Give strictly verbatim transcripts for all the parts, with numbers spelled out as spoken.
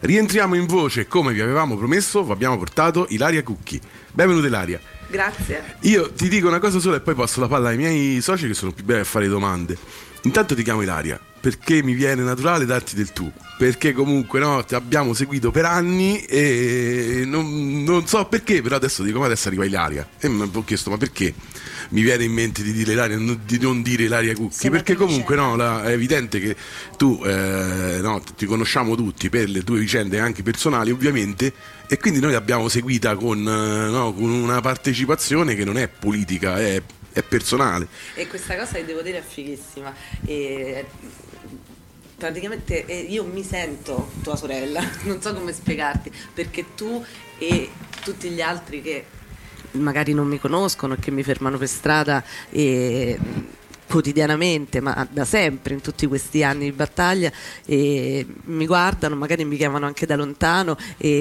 Rientriamo in voce, come vi avevamo promesso, vi abbiamo portato Ilaria Cucchi. Benvenuta Ilaria. Grazie. Io ti dico una cosa sola e poi passo la palla ai miei soci che sono più bravi a fare domande. Intanto ti chiamo Ilaria perché mi viene naturale darti del tu, perché comunque no, ti abbiamo seguito per anni e non, non so perché, però adesso dico ma adesso arriva Ilaria e mi ho chiesto ma perché mi viene in mente di dire Ilaria, di non dire Ilaria Cucchi, perché comunque no, la, è evidente che tu eh, no, ti conosciamo tutti per le tue vicende anche personali ovviamente, e quindi noi l'abbiamo seguita con, no, con una partecipazione che non è politica, è, è personale. E questa cosa che devo dire è fighissima. E praticamente eh, io mi sento tua sorella, non so come spiegarti, perché tu e tutti gli altri che magari non mi conoscono e che mi fermano per strada e quotidianamente, ma da sempre, in tutti questi anni di battaglia, e mi guardano, magari mi chiamano anche da lontano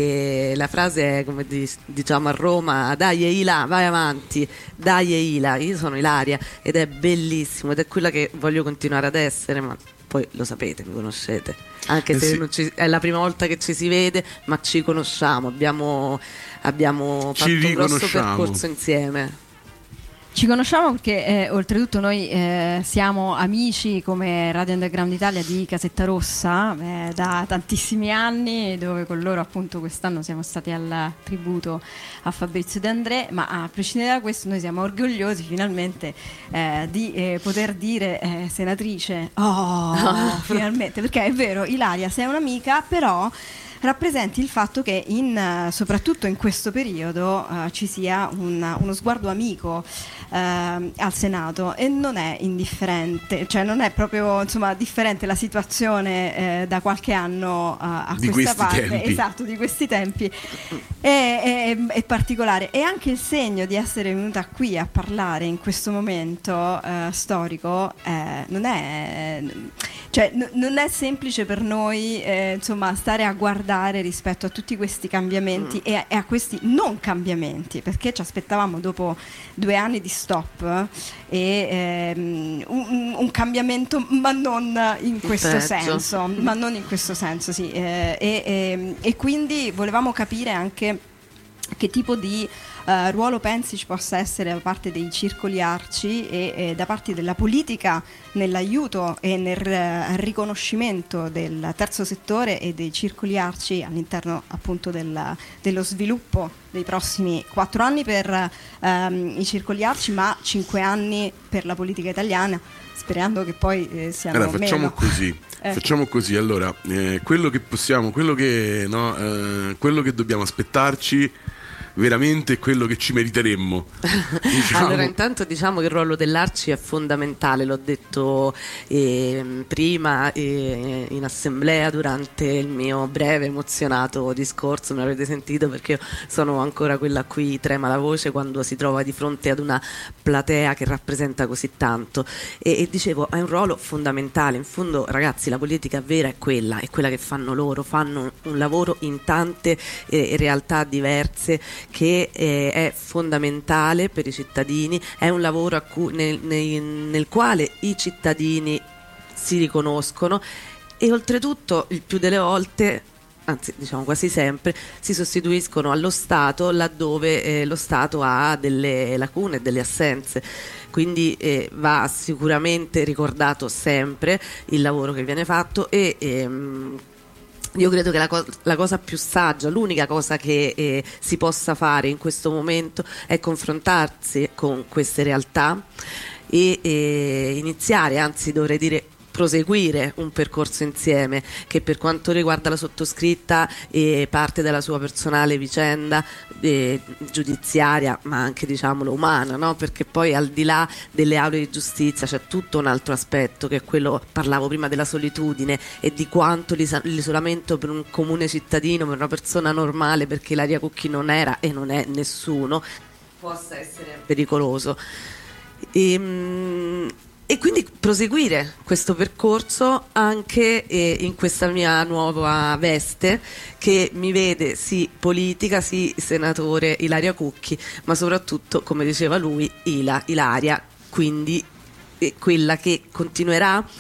e la frase è come diciamo a Roma: dai Eila, vai avanti, dai Eila. Io sono Ilaria ed è bellissimo ed è quella che voglio continuare ad essere, ma poi lo sapete, mi conoscete, anche eh se sì. non ci, è la prima volta che ci si vede, ma ci conosciamo, abbiamo, abbiamo fatto un grosso percorso insieme. Ci conosciamo perché eh, oltretutto noi eh, siamo amici come Radio Underground Italia di Casetta Rossa eh, da tantissimi anni, dove con loro appunto quest'anno siamo stati al tributo a Fabrizio De André, ma a prescindere da questo noi siamo orgogliosi finalmente eh, di eh, poter dire eh, senatrice, oh, finalmente, perché è vero, Ilaria, sei un'amica, però rappresenti il fatto che in, soprattutto in questo periodo uh, ci sia un, uno sguardo amico uh, al Senato, e non è indifferente, cioè non è proprio insomma differente la situazione eh, da qualche anno uh, a di questa parte, tempi. esatto, di questi tempi è, è, è particolare, e anche il segno di essere venuta qui a parlare in questo momento uh, storico eh, non è cioè n- non è semplice per noi eh, insomma stare a guardare rispetto a tutti questi cambiamenti mm. e, a, e a questi non cambiamenti, perché ci aspettavamo dopo due anni di stop e ehm, un, un cambiamento, ma non in questo Peggio. senso, ma non in questo senso, sì, eh, e, e, e quindi volevamo capire anche che tipo di uh, ruolo pensi ci possa essere da parte dei circoli arci e, e da parte della politica nell'aiuto e nel uh, riconoscimento del terzo settore e dei circoli arci all'interno appunto del, dello sviluppo dei prossimi quattro anni per um, i circoli arci, ma cinque anni per la politica italiana, sperando che poi eh, siano allora, facciamo meno. così ecco. Facciamo così, allora eh, quello che possiamo, quello che no, eh, quello che dobbiamo aspettarci veramente quello che ci meriteremmo. Diciamo. Allora, intanto diciamo che il ruolo dell'Arci è fondamentale, l'ho detto eh, prima eh, in assemblea durante il mio breve emozionato discorso, me l'avete sentito perché io sono ancora quella a cui trema la voce quando si trova di fronte ad una platea che rappresenta così tanto, e, e dicevo è un ruolo fondamentale. In fondo ragazzi, la politica vera è quella, è quella che fanno loro, fanno un lavoro in tante eh, realtà diverse che eh, è fondamentale per i cittadini, è un lavoro a cui, nel, nel, nel quale i cittadini si riconoscono, e oltretutto il più delle volte, anzi diciamo quasi sempre, si sostituiscono allo Stato laddove eh, lo Stato ha delle lacune, delle assenze. Quindi eh, va sicuramente ricordato sempre il lavoro che viene fatto, e ehm, io credo che la, co- la cosa più saggia, l'unica cosa che eh, si possa fare in questo momento è confrontarsi con queste realtà e eh, iniziare, anzi dovrei dire proseguire un percorso insieme che per quanto riguarda la sottoscritta eh, parte dalla sua personale vicenda eh, giudiziaria, ma anche diciamolo umana, no? Perché poi al di là delle aule di giustizia c'è tutto un altro aspetto, che è quello, parlavo prima della solitudine e di quanto l'isa- l'isolamento per un comune cittadino, per una persona normale, perché Ilaria Cucchi non era e non è nessuno, possa essere pericoloso. E, mh, E quindi proseguire questo percorso anche eh, in questa mia nuova veste, che mi vede sì politica, sì senatore Ilaria Cucchi, ma soprattutto, come diceva lui, Ila, Ilaria, quindi eh, quella che continuerà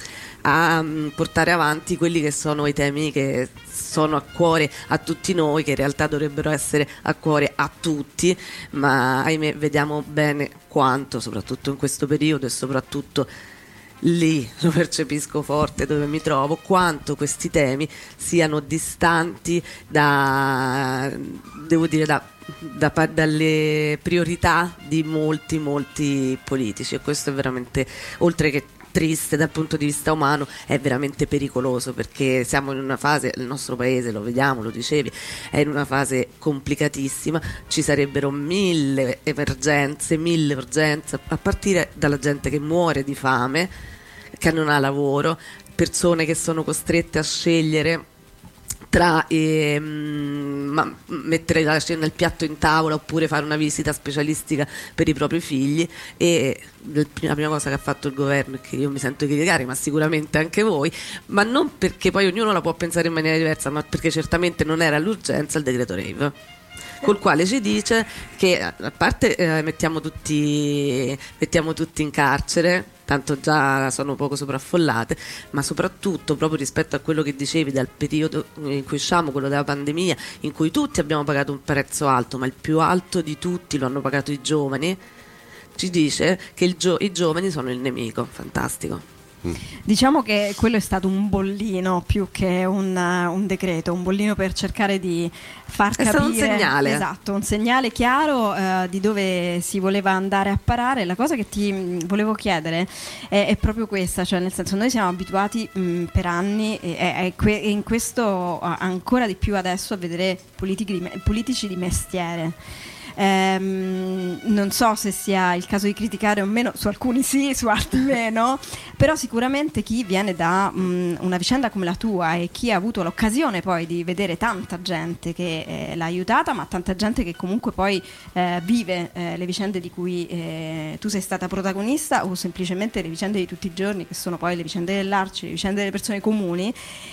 a um, portare avanti quelli che sono i temi che sono a cuore a tutti noi, che in realtà dovrebbero essere a cuore a tutti, ma ahimè vediamo bene quanto, soprattutto in questo periodo e soprattutto lì lo percepisco forte dove mi trovo, quanto questi temi siano distanti da, devo dire, da, da, dalle priorità di molti molti politici, e questo è veramente, oltre che triste dal punto di vista umano, è veramente pericoloso, perché siamo in una fase, il nostro paese, lo vediamo, lo dicevi, è in una fase complicatissima, ci sarebbero mille emergenze, mille urgenze, a partire dalla gente che muore di fame, che non ha lavoro, persone che sono costrette a scegliere tra eh, ma, mettere la cena, il piatto in tavola oppure fare una visita specialistica per i propri figli, e la prima cosa che ha fatto il governo, e che io mi sento criticare, ma sicuramente anche voi, ma non perché poi ognuno la può pensare in maniera diversa, ma perché certamente non era l'urgenza, il decreto rave, col quale ci dice che a parte eh, mettiamo tutti mettiamo tutti in carcere, tanto già sono poco sopraffollate, ma soprattutto proprio rispetto a quello che dicevi dal periodo in cui usciamo, quello della pandemia, in cui tutti abbiamo pagato un prezzo alto, ma il più alto di tutti lo hanno pagato i giovani, ci dice che il gio- i giovani sono il nemico. Fantastico. Diciamo che quello è stato un bollino più che un, un decreto, un bollino per cercare di far è capire, stato un segnale, esatto, un segnale chiaro uh, di dove si voleva andare a parare. La cosa che ti mh, volevo chiedere è, è proprio questa, cioè nel senso, noi siamo abituati mh, per anni e, e, que- e in questo ancora di più adesso a vedere politici di, me- politici di mestiere. Ehm, non so se sia il caso di criticare o meno, su alcuni sì, su altri meno, però sicuramente chi viene da mh, una vicenda come la tua e chi ha avuto l'occasione poi di vedere tanta gente che eh, l'ha aiutata, ma tanta gente che comunque poi eh, vive eh, le vicende di cui eh, tu sei stata protagonista, o semplicemente le vicende di tutti i giorni, che sono poi le vicende dell'Arci, le vicende delle persone comuni,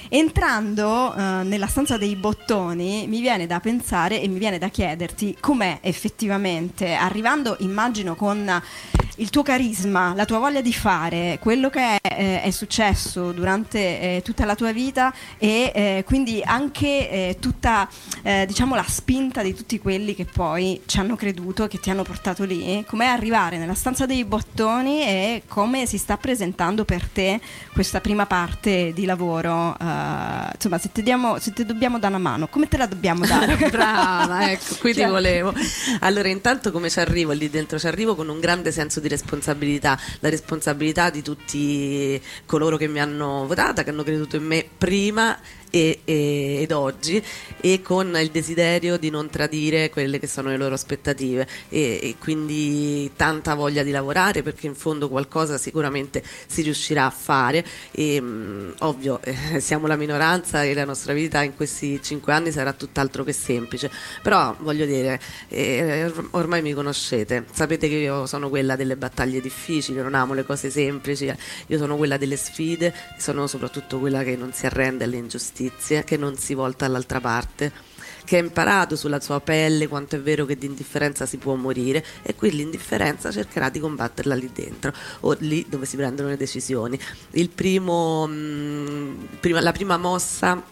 entrando eh, nella stanza dei bottoni mi viene da pensare e mi viene da chiederti com'è effettivamente, arrivando immagino con il tuo carisma, la tua voglia di fare, quello che è, eh, è successo durante eh, tutta la tua vita, e eh, quindi anche eh, tutta eh, diciamo la spinta di tutti quelli che poi ci hanno creduto, che ti hanno portato lì, com'è arrivare nella stanza dei bottoni e come si sta presentando per te questa prima parte di lavoro, uh, insomma, se ti, diamo, se ti dobbiamo dare una mano, come te la dobbiamo dare? Brava, ecco, qui cioè. ti volevo. Allora, intanto come ci arrivo lì dentro? Ci arrivo con un grande senso di responsabilità, la responsabilità di tutti coloro che mi hanno votata, che hanno creduto in me prima e, e, ed oggi, e con il desiderio di non tradire quelle che sono le loro aspettative, e, e quindi tanta voglia di lavorare, perché in fondo qualcosa sicuramente si riuscirà a fare, e mh, ovvio eh, siamo la minoranza e la nostra vita in questi cinque anni sarà tutt'altro che semplice, però voglio dire, eh, ormai mi conoscete, sapete che io sono quella delle battaglie difficili, non amo le cose semplici, io sono quella delle sfide, sono soprattutto quella che non si arrende alle ingiustizie, che non si volta all'altra parte, che ha imparato sulla sua pelle quanto è vero che di indifferenza si può morire, e qui l'indifferenza cercherà di combatterla lì dentro, o lì dove si prendono le decisioni. Il primo, mh, prima, la prima mossa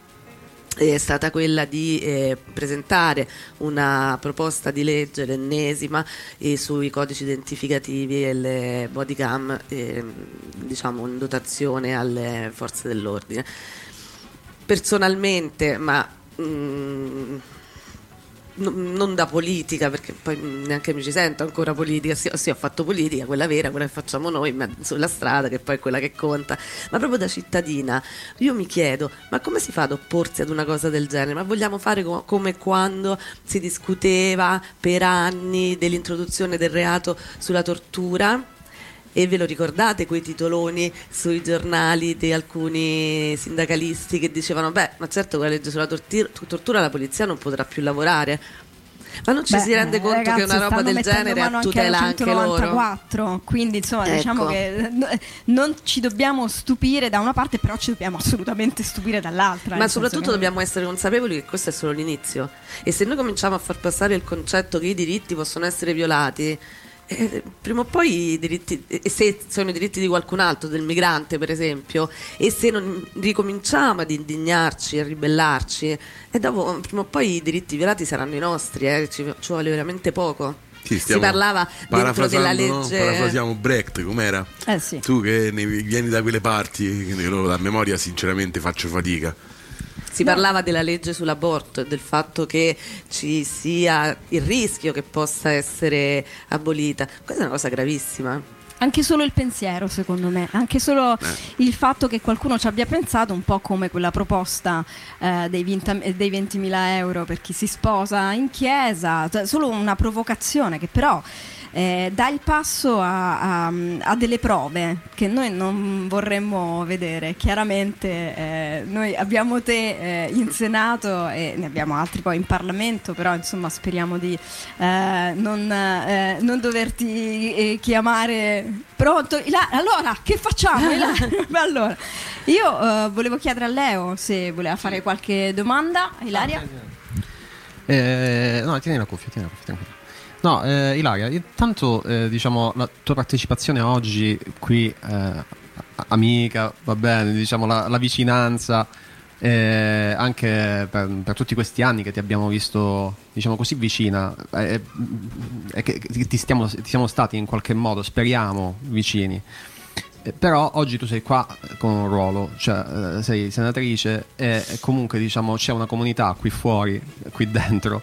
è stata quella di eh, presentare una proposta di legge, l'ennesima, eh, sui codici identificativi e le bodycam, eh, diciamo in dotazione alle forze dell'ordine. Personalmente, ma mh, n- non da politica, perché poi neanche mi ci sento ancora politica, sì, sì, ho fatto politica, quella vera, quella che facciamo noi ma sulla strada, che poi è quella che conta, ma proprio da cittadina io mi chiedo, ma come si fa ad opporsi ad una cosa del genere? Ma vogliamo fare co- come quando si discuteva per anni dell'introduzione del reato sulla tortura? E ve lo ricordate quei titoloni sui giornali di alcuni sindacalisti che dicevano beh, ma certo con la legge sulla tortir- tortura la polizia non potrà più lavorare? Ma non ci Beh, si rende conto ragazzi, che una roba del genere a tutela anche, anche loro? Quindi insomma ecco. Diciamo che non ci dobbiamo stupire da una parte, però ci dobbiamo assolutamente stupire dall'altra. Ma soprattutto che... dobbiamo essere consapevoli che questo è solo l'inizio, e se noi cominciamo a far passare il concetto che i diritti possono essere violati, eh, prima o poi i diritti, e se sono i diritti di qualcun altro, del migrante per esempio, e se non ricominciamo ad indignarci e ribellarci, e dopo prima o poi i diritti violati saranno i nostri, eh, ci, ci vuole veramente poco. Sì, si parlava dentro della legge, no? Parafrasiamo Brecht, com'era? Eh sì. Tu che ne vieni da quelle parti, che la memoria sinceramente faccio fatica. Si no. parlava della legge sull'aborto e del fatto che ci sia il rischio che possa essere abolita. Questa è una cosa gravissima. Anche solo il pensiero, secondo me, anche solo eh. il fatto che qualcuno ci abbia pensato, un po' come quella proposta eh, dei, venti, dei ventimila euro per chi si sposa in chiesa, cioè, solo una provocazione che però eh, dà il passo a, a, a delle prove che noi non vorremmo vedere. Chiaramente eh, noi abbiamo te eh, in Senato e ne abbiamo altri poi in Parlamento, però insomma speriamo di eh, non, eh, non doverti eh, chiamare. Pronto? Ila- allora che facciamo? Ila- allora io eh, volevo chiedere a Leo se voleva fare qualche domanda. Ilaria? Eh, no, tieni la cuffia, tieni la cuffia, tieni. No, eh, Ilaria, intanto eh, diciamo la tua partecipazione oggi qui, eh, amica, va bene, diciamo la, la vicinanza, eh, anche per, per tutti questi anni che ti abbiamo visto, diciamo così vicina, eh, eh, che ti, stiamo, ti siamo stati in qualche modo, speriamo, vicini. Eh, però oggi tu sei qua con un ruolo, cioè eh, sei senatrice e, e comunque diciamo c'è una comunità qui fuori, qui dentro,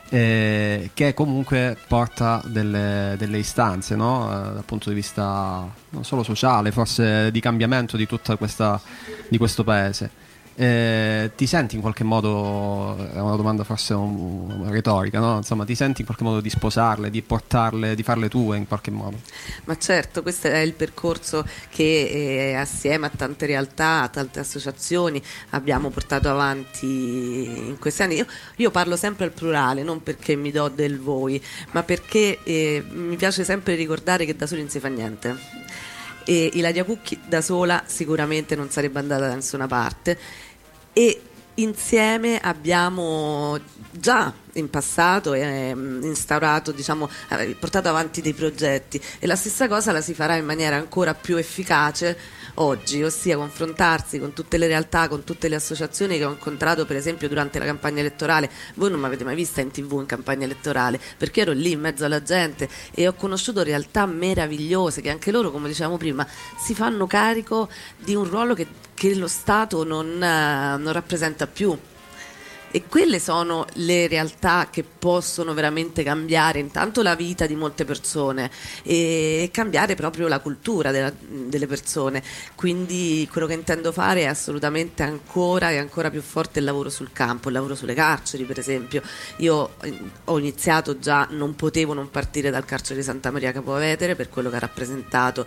Eh, che comunque porta delle, delle istanze, no? Eh, dal punto di vista non solo sociale, forse di cambiamento di tutta questa, di questo paese. Eh, ti senti in qualche modo, è una domanda forse un, una retorica, no? Insomma, ti senti in qualche modo di sposarle, di portarle, di farle tue in qualche modo? Ma certo, questo è il percorso che eh, assieme a tante realtà, a tante associazioni abbiamo portato avanti in questi anni. Io, io parlo sempre al plurale, non perché mi do del voi, ma perché eh, mi piace sempre ricordare che da soli non si fa niente. E Ilaria Cucchi da sola sicuramente non sarebbe andata da nessuna parte, e insieme abbiamo già in passato eh, instaurato, diciamo, eh, portato avanti dei progetti, e la stessa cosa la si farà in maniera ancora più efficace oggi, ossia confrontarsi con tutte le realtà, con tutte le associazioni che ho incontrato per esempio durante la campagna elettorale. Voi non mi avete mai vista in tv in campagna elettorale, perché ero lì in mezzo alla gente e ho conosciuto realtà meravigliose che anche loro, come dicevamo prima, si fanno carico di un ruolo che, che lo Stato non, eh, non rappresenta più. E quelle sono le realtà che possono veramente cambiare intanto la vita di molte persone e cambiare proprio la cultura della, delle persone. Quindi quello che intendo fare è assolutamente ancora e ancora più forte il lavoro sul campo, il lavoro sulle carceri per esempio. Io ho iniziato già, non potevo non partire dal carcere di Santa Maria Capua Vetere per quello che ha rappresentato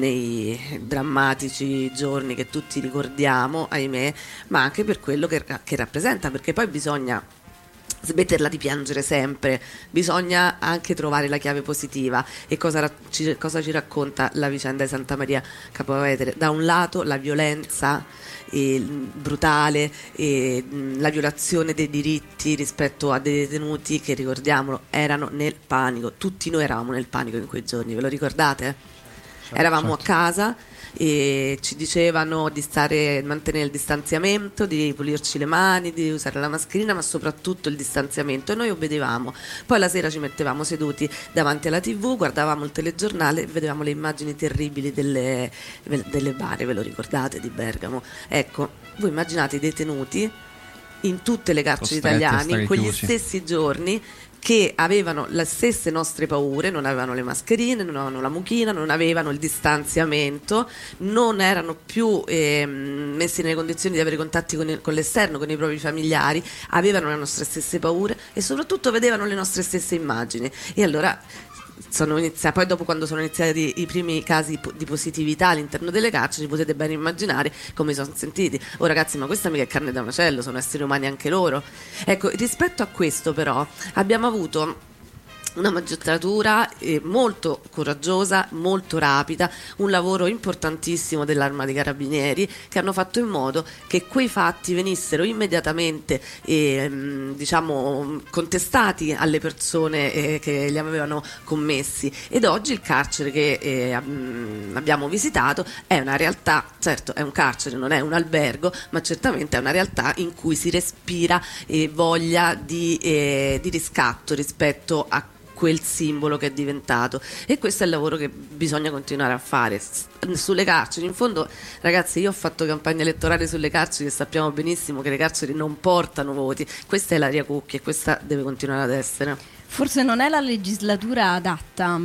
nei drammatici giorni che tutti ricordiamo, ahimè, ma anche per quello che, che rappresenta, perché poi bisogna smetterla di piangere sempre, bisogna anche trovare la chiave positiva. E cosa ci, cosa ci racconta la vicenda di Santa Maria Capua Vetere? Da un lato la violenza eh, brutale, eh, la violazione dei diritti rispetto a dei detenuti che, ricordiamolo, erano nel panico. Tutti noi eravamo nel panico in quei giorni, ve lo ricordate? Certo, eravamo certo. a casa e ci dicevano di stare, mantenere il distanziamento, di pulirci le mani, di usare la mascherina, ma soprattutto il distanziamento, e noi obbedivamo. Poi la sera ci mettevamo seduti davanti alla tivù, guardavamo il telegiornale e vedevamo le immagini terribili delle, delle bare, ve lo ricordate, di Bergamo? Ecco, voi immaginate i detenuti in tutte le carceri italiane in quegli chiusi. stessi giorni, che avevano le stesse nostre paure, non avevano le mascherine, non avevano la mucchina, non avevano il distanziamento, non erano più eh, messi nelle condizioni di avere contatti con, il, con l'esterno, con i propri familiari, avevano le nostre stesse paure e soprattutto vedevano le nostre stesse immagini. E allora sono iniziati, poi dopo, quando sono iniziati i primi casi di positività all'interno delle carceri, potete ben immaginare come si sono sentiti. Oh ragazzi, ma questa mica è carne da macello, sono esseri umani anche loro. Ecco, rispetto a questo però abbiamo avuto una magistratura eh, molto coraggiosa, molto rapida, un lavoro importantissimo dell'Arma dei Carabinieri, che hanno fatto in modo che quei fatti venissero immediatamente eh, diciamo contestati alle persone eh, che li avevano commessi. Ed oggi il carcere che eh, abbiamo visitato è una realtà, certo è un carcere, non è un albergo, ma certamente è una realtà in cui si respira eh, voglia di, eh, di riscatto rispetto a quel simbolo che è diventato, e questo è il lavoro che bisogna continuare a fare sulle carceri. In fondo, ragazzi, io ho fatto campagna elettorale sulle carceri e sappiamo benissimo che le carceri non portano voti. Questa è l'aria cucchi e questa deve continuare ad essere. Forse non è la legislatura adatta,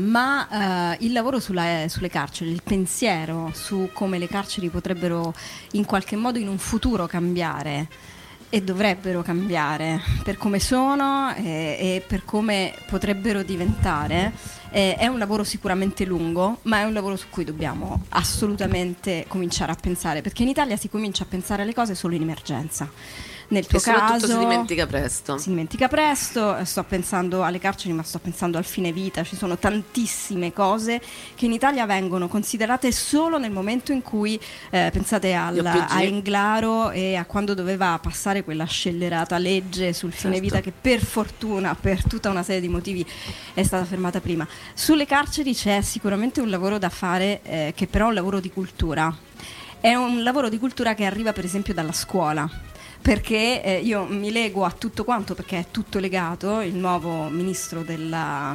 ma eh, il lavoro sulla, sulle carceri, il pensiero su come le carceri potrebbero in qualche modo in un futuro cambiare e dovrebbero cambiare per come sono e, e per come potrebbero diventare. Eh, è un lavoro sicuramente lungo, ma è un lavoro su cui dobbiamo assolutamente cominciare a pensare, perché in Italia si comincia a pensare alle cose solo in emergenza. Nel tuo e soprattutto caso si dimentica presto. Si dimentica presto, sto pensando alle carceri, ma sto pensando al fine vita. Ci sono tantissime cose che in Italia vengono considerate solo nel momento in cui eh, pensate al, a Englaro e a quando doveva passare quella scellerata legge sul fine certo. vita, che per fortuna, per tutta una serie di motivi, è stata fermata prima. Sulle carceri c'è sicuramente un lavoro da fare, eh, che però è un lavoro di cultura. È un lavoro di cultura che arriva per esempio dalla scuola, perché eh, io mi lego a tutto quanto, perché è tutto legato. Il nuovo ministro della,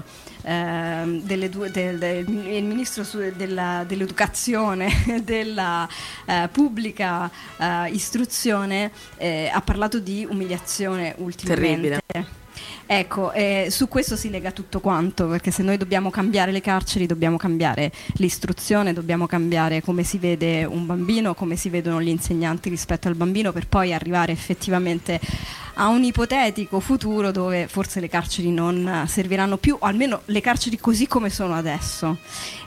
eh, delle due, del, del, il ministro su, della, dell'educazione, della eh, pubblica eh, istruzione eh, ha parlato di umiliazione ultimamente. Terribile. Ecco, eh, su questo si lega tutto quanto, perché se noi dobbiamo cambiare le carceri, dobbiamo cambiare l'istruzione, dobbiamo cambiare come si vede un bambino, come si vedono gli insegnanti rispetto al bambino, per poi arrivare effettivamente a un ipotetico futuro dove forse le carceri non serviranno più, o almeno le carceri così come sono adesso.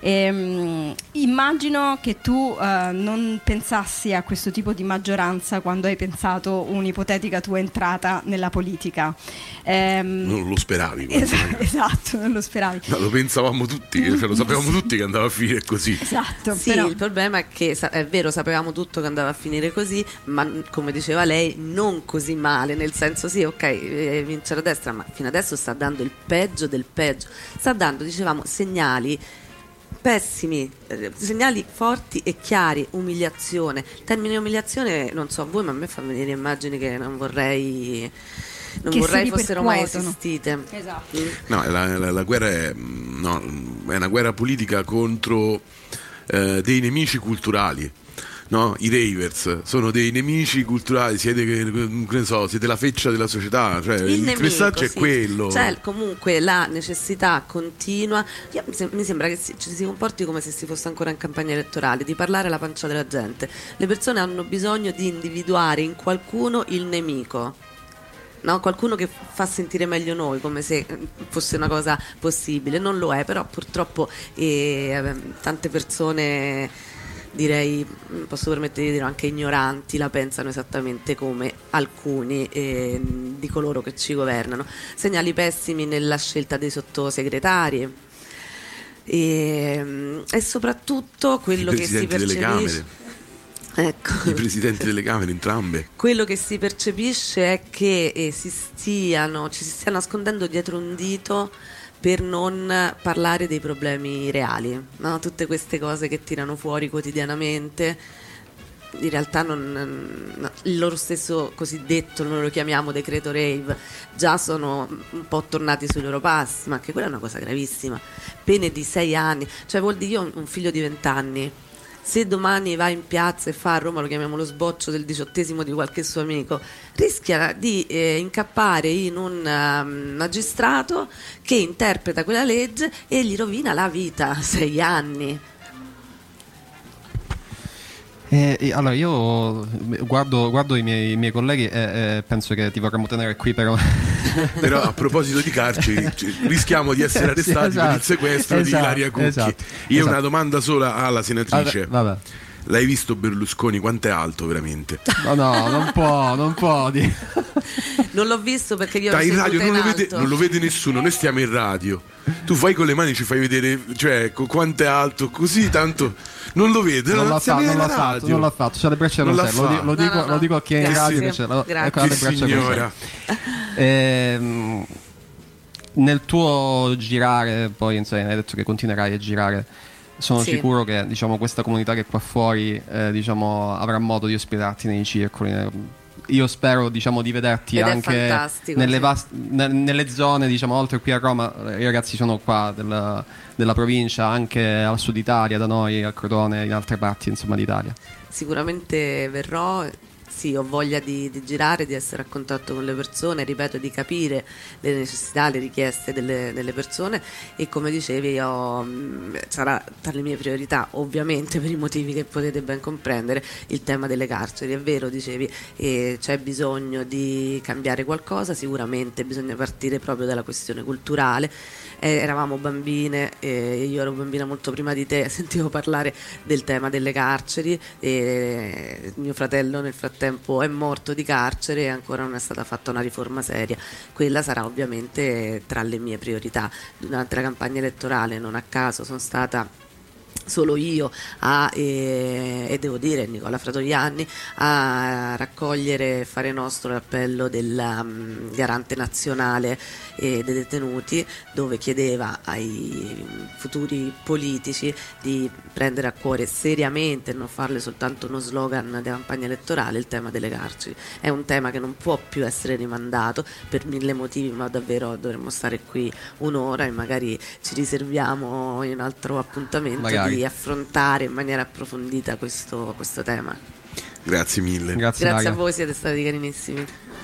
Ehm, immagino che tu eh, non pensassi a questo tipo di maggioranza quando hai pensato un'ipotetica tua entrata nella politica. Ehm, non lo speravi. Esatto, esatto, non lo speravi. No, lo pensavamo tutti, cioè lo sapevamo tutti che andava a finire così. Esatto, sì, però... il problema è che è vero, sapevamo tutto che andava a finire così, ma come diceva lei, non così male, nel senso sì, ok, eh, vince la destra, ma fino adesso sta dando il peggio del peggio, sta dando, dicevamo, segnali pessimi, eh, segnali forti e chiari, umiliazione. Il termine umiliazione, non so a voi, ma a me fa venire immagini che non vorrei non che vorrei fossero mai esistite. Esatto. Mm. No, la, la, la guerra è, no, è una guerra politica contro eh, dei nemici culturali. No, i ravers sono dei nemici culturali, siete, che ne so, siete la feccia della società, cioè il, il nemico, messaggio sì. è quello. C'è comunque la necessità continua, io, mi sembra che si, ci si comporti come se si fosse ancora in campagna elettorale, di parlare alla pancia della gente. Le persone hanno bisogno di individuare in qualcuno il nemico. No? Qualcuno che fa sentire meglio noi, come se fosse una cosa possibile. Non lo è, però purtroppo eh, tante persone, direi, posso permettere di dire anche ignoranti, la pensano esattamente come alcuni eh, di coloro che ci governano. Segnali pessimi nella scelta dei sottosegretari e, e soprattutto quello che si percepisce. Ecco. I presidenti delle Camere, entrambe. Quello che si percepisce è che eh, si stiano, ci si stia nascondendo dietro un dito per non parlare dei problemi reali, no? Tutte queste cose che tirano fuori quotidianamente, in realtà non, no, il loro stesso cosiddetto, noi lo chiamiamo decreto rave, già sono un po' tornati sui loro passi, ma anche quella è una cosa gravissima. Pene di sei anni, cioè vuol dire, io ho un figlio di vent'anni, se domani va in piazza e fa a Roma, lo chiamiamo lo sboccio del diciottesimo di qualche suo amico, rischia di eh, incappare in un uh, magistrato che interpreta quella legge e gli rovina la vita, sei anni. Eh, allora io guardo, guardo i, miei, i miei colleghi e eh, penso che ti vorremmo tenere qui, però però a proposito di carceri rischiamo di essere arrestati sì, esatto, per il sequestro esatto, di Ilaria Cucchi. Esatto, io ho esatto. una domanda sola alla senatrice. Vabbè, vabbè. L'hai visto Berlusconi quanto è alto veramente? No, no, non può, non può dire. Non l'ho visto perché io Dai, l'ho in radio seduta non in lo, vede, alto. non lo vede nessuno, noi stiamo in radio. Tu fai con le mani, ci fai vedere, cioè, co- quanto è alto, così tanto non lo vede. Non l'ha, fa- siamo non in l'ha radio. fatto, non l'ha fatto. C'ha le braccia Non l'ha roselle. Lo, di- fatto. lo dico, No, no, no. lo dico a chi è in Grazie. radio che ce l'ha. Grazie. Ecco, ha le Che braccia signora. Ehm, nel tuo girare, poi insomma, hai detto che continuerai a girare. Sono Sì. sicuro che diciamo, questa comunità che è qua fuori eh, diciamo, avrà modo di ospitarti nei circoli. Io spero diciamo, di vederti Ed è anche fantastico, nelle, sì. vast- ne- nelle zone, diciamo, oltre qui a Roma. I ragazzi sono qua del- della provincia, anche al sud Italia, da noi, a Crotone, in altre parti insomma, d'Italia. Sicuramente verrò. Sì, ho voglia di, di girare, di essere a contatto con le persone, ripeto, di capire le necessità, le richieste delle, delle persone e come dicevi io, mh, sarà tra le mie priorità, ovviamente per i motivi che potete ben comprendere, il tema delle carceri. È vero, dicevi, eh, c'è bisogno di cambiare qualcosa, sicuramente bisogna partire proprio dalla questione culturale. Eh, eravamo bambine, eh, io ero bambina molto prima di te, sentivo parlare del tema delle carceri e mio fratello nel frattempo è morto di carcere e ancora non è stata fatta una riforma seria. Quella sarà ovviamente tra le mie priorità. Durante la campagna elettorale, non a caso, sono stata solo io a, eh, e devo dire Nicola Fratoianni a raccogliere e fare nostro l'appello del um, garante nazionale eh, dei detenuti, dove chiedeva ai futuri politici di prendere a cuore seriamente e non farle soltanto uno slogan di campagna elettorale il tema delle carceri. È un tema che non può più essere rimandato per mille motivi, ma davvero dovremmo stare qui un'ora e magari ci riserviamo in un altro appuntamento Magari. di affrontare in maniera approfondita questo, questo tema. Grazie mille. Grazie, Grazie Daria. a voi, siete stati carinissimi.